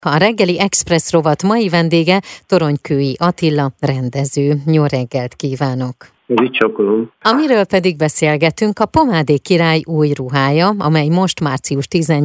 A reggeli Express rovat mai vendége Toronykői Attila rendező. Jó reggelt kívánok! Amiről pedig beszélgetünk, a Pomádék király új ruhája, amely most március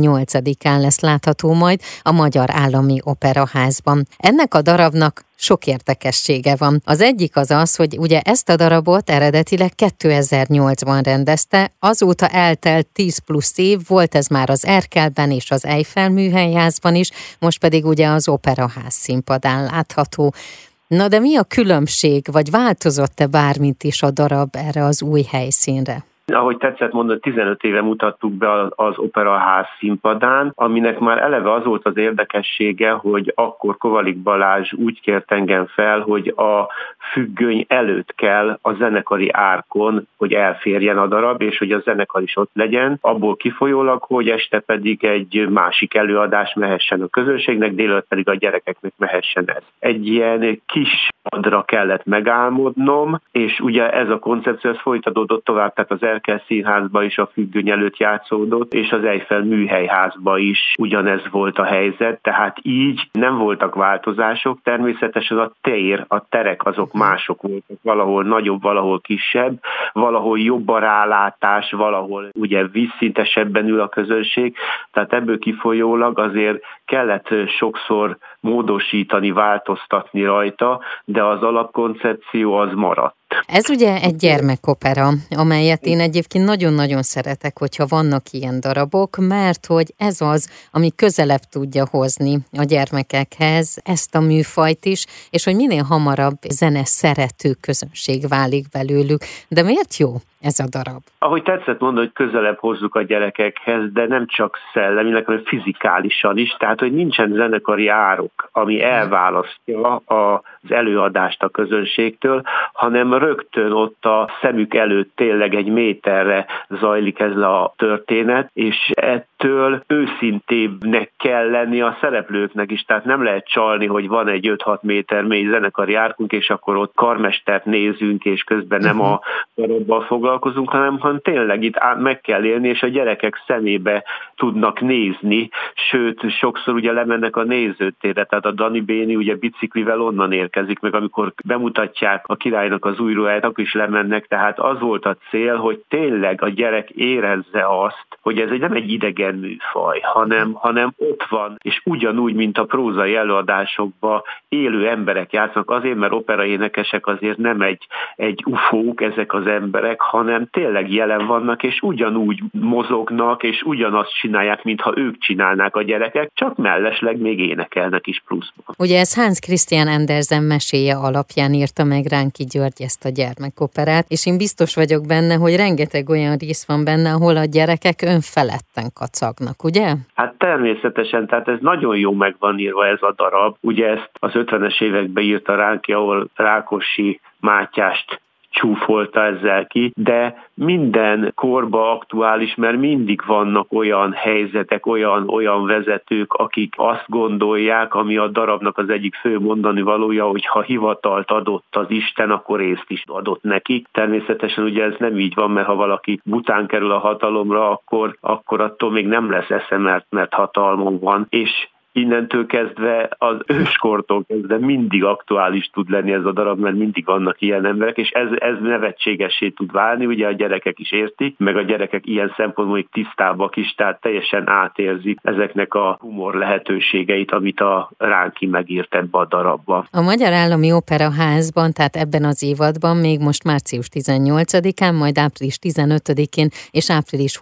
18-án lesz látható majd a Magyar Állami Operaházban. Ennek a darabnak sok érdekessége van. Az egyik az, hogy ugye ezt a darabot eredetileg 2008-ban rendezte, azóta eltelt 10 plusz év, volt ez már az Erkelben és az Eiffel Műhelyházban is, most pedig ugye az Operaház színpadán látható. Na de mi a különbség, vagy változott-e bármit is a darab erre az új helyszínre? Ahogy tetszett mondani, 15 éve mutattuk be az Operaház színpadán, aminek már eleve az volt az érdekessége, hogy akkor Kovalik Balázs úgy kért engem fel, hogy a függöny előtt kell a zenekari árkon, hogy elférjen a darab, és hogy a zenekar is ott legyen, abból kifolyólag, hogy este pedig egy másik előadás mehessen a közönségnek, délelőtt pedig a gyerekeknek mehessen ez. Egy ilyen kis adra kellett megálmodnom, és ugye ez a koncepció ez folytatódott tovább, tehát az Erkel Színházba is a függöny előtt játszódott, és az Eiffel Műhelyházba is ugyanez volt a helyzet, tehát így nem voltak változások, természetesen a tér, a terek azok mások voltak, valahol nagyobb, valahol kisebb, valahol jobb a rálátás, valahol ugye vízszintesebben ül a közönség, tehát ebből kifolyólag azért kellett sokszor módosítani, változtatni rajta, de az alapkoncepció az maradt. Ez ugye egy gyermekopera, amelyet én egyébként nagyon-nagyon szeretek, hogyha vannak ilyen darabok, mert hogy ez az, ami közelebb tudja hozni a gyermekekhez ezt a műfajt is, és hogy minél hamarabb zene szerető közönség válik belőlük. De miért jó ez a darab? Ahogy tetszett mondani, hogy közelebb hozzuk a gyerekekhez, de nem csak szellemileg, hanem fizikálisan is, tehát hogy nincsen zenekari árok, ami elválasztja az előadást a közönségtől, hanem rögtön ott a szemük előtt tényleg egy méterre zajlik ez a történet, és ettől őszintébbnek kell lenni a szereplőknek is, tehát nem lehet csalni, hogy van egy 5-6 méter mély zenekari árkunk, és akkor ott karmestert nézünk, és közben nem a darabbal foglalkozunk, hanem tényleg itt meg kell élni, és a gyerekek szemébe tudnak nézni, sőt, sokszor ugye lemennek a nézőtérre, tehát a Dani Béni ugye biciklivel onnan érkezik, meg amikor bemutatják a királynak az új ruháját, akkor is lemennek, tehát az volt a cél, hogy tényleg a gyerek érezze azt, hogy ez nem egy idegen műfaj, hanem ott van, és ugyanúgy, mint a prózai előadásokban élő emberek játszanak, azért, mert operaénekesek azért nem egy ufók ezek az emberek, hanem tényleg jelen vannak, és ugyanúgy mozognak, és ugyanazt csinálják, mintha ők csinálnák a gyerekek, csak mellesleg még énekelnek is pluszban. Ugye ez Hans Christian Andersen meséje alapján írta meg Ránki György ezt a gyermekoperát, és én biztos vagyok benne, hogy rengeteg olyan rész van benne, ahol a gyerekek önfeledten kacagnak, ugye? Hát természetesen, tehát ez nagyon jó meg van írva ez a darab. Ugye ezt az 50-es években írta Ránki, ahol Rákosi Mátyást csúfolta ezzel ki, de minden korba aktuális, mert mindig vannak olyan helyzetek, olyan vezetők, akik azt gondolják, ami a darabnak az egyik fő mondani valója, hogy ha hivatalt adott az Isten, akkor részt is adott nekik. Természetesen ugye ez nem így van, mert ha valaki bután kerül a hatalomra, akkor attól még nem lesz esze, mert hatalmon van, és innentől kezdve, az őskortól kezdve mindig aktuális tud lenni ez a darab, mert mindig vannak ilyen emberek, és ez nevetségessé tud válni, ugye a gyerekek is értik, meg a gyerekek ilyen szempontból tisztábbak is, tehát teljesen átérzik ezeknek a humor lehetőségeit, amit a Ránki megírt ebbe a darabba. A Magyar Állami Operaházban, tehát ebben az évadban még most március 18-án, majd április 15-én és április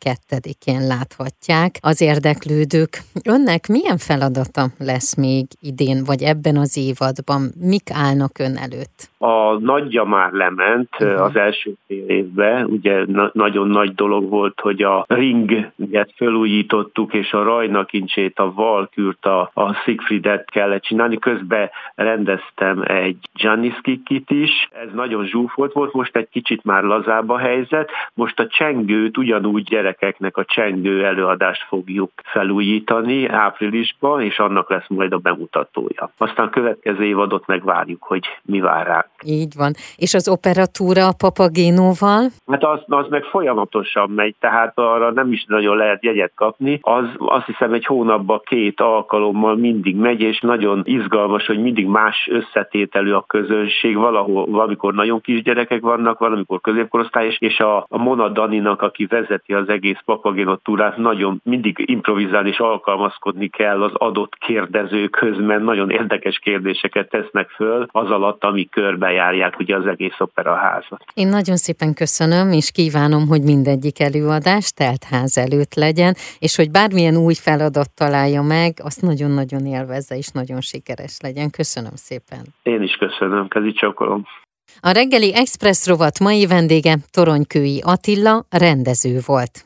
22-én láthatják az érdeklődők. Önnek milyen feladata lesz még idén, vagy ebben az évadban? Mik állnak ön előtt? A nagyja már lement az első fél évben, ugye nagyon nagy dolog volt, hogy a Ringet felújítottuk, és a Rajna kincsét, a Valkürt, a Siegfriedet kellett csinálni, közben rendeztem egy Gianniskikit is, ez nagyon zsúfolt volt, most egy kicsit már lazább a helyzet, most a Csengőt ugyanúgy gyerekeknek a Csengő előadást fogjuk felújítani áprilisban, áprilisban, és annak lesz majd a bemutatója. Aztán a következő évadot megvárjuk, hogy mi vár rá. Így van. És az operatúra a Papagénóval? Hát az meg folyamatosan megy, tehát arra nem is nagyon lehet jegyet kapni. Az azt hiszem egy hónapban 2 alkalommal mindig megy, és nagyon izgalmas, hogy mindig más összetételű a közönség. Valamikor nagyon kisgyerekek vannak, valamikor középkorosztályos, és a Mona Daninak, aki vezeti az egész Papagéno túrát, nagyon mindig improvizálni és alkalmazkodni kell az adott kérdezőkhöz, mert nagyon érdekes kérdéseket tesznek föl az alatt, amíg körbejárják ugye az egész operaházat. Én nagyon szépen köszönöm, és kívánom, hogy mindegyik előadás teltház előtt legyen, és hogy bármilyen új feladat találja meg, azt nagyon-nagyon élvezze, és nagyon sikeres legyen. Köszönöm szépen. Én is köszönöm, kezi csokolom. A reggeli Express rovat mai vendége Toronykői Attila rendező volt.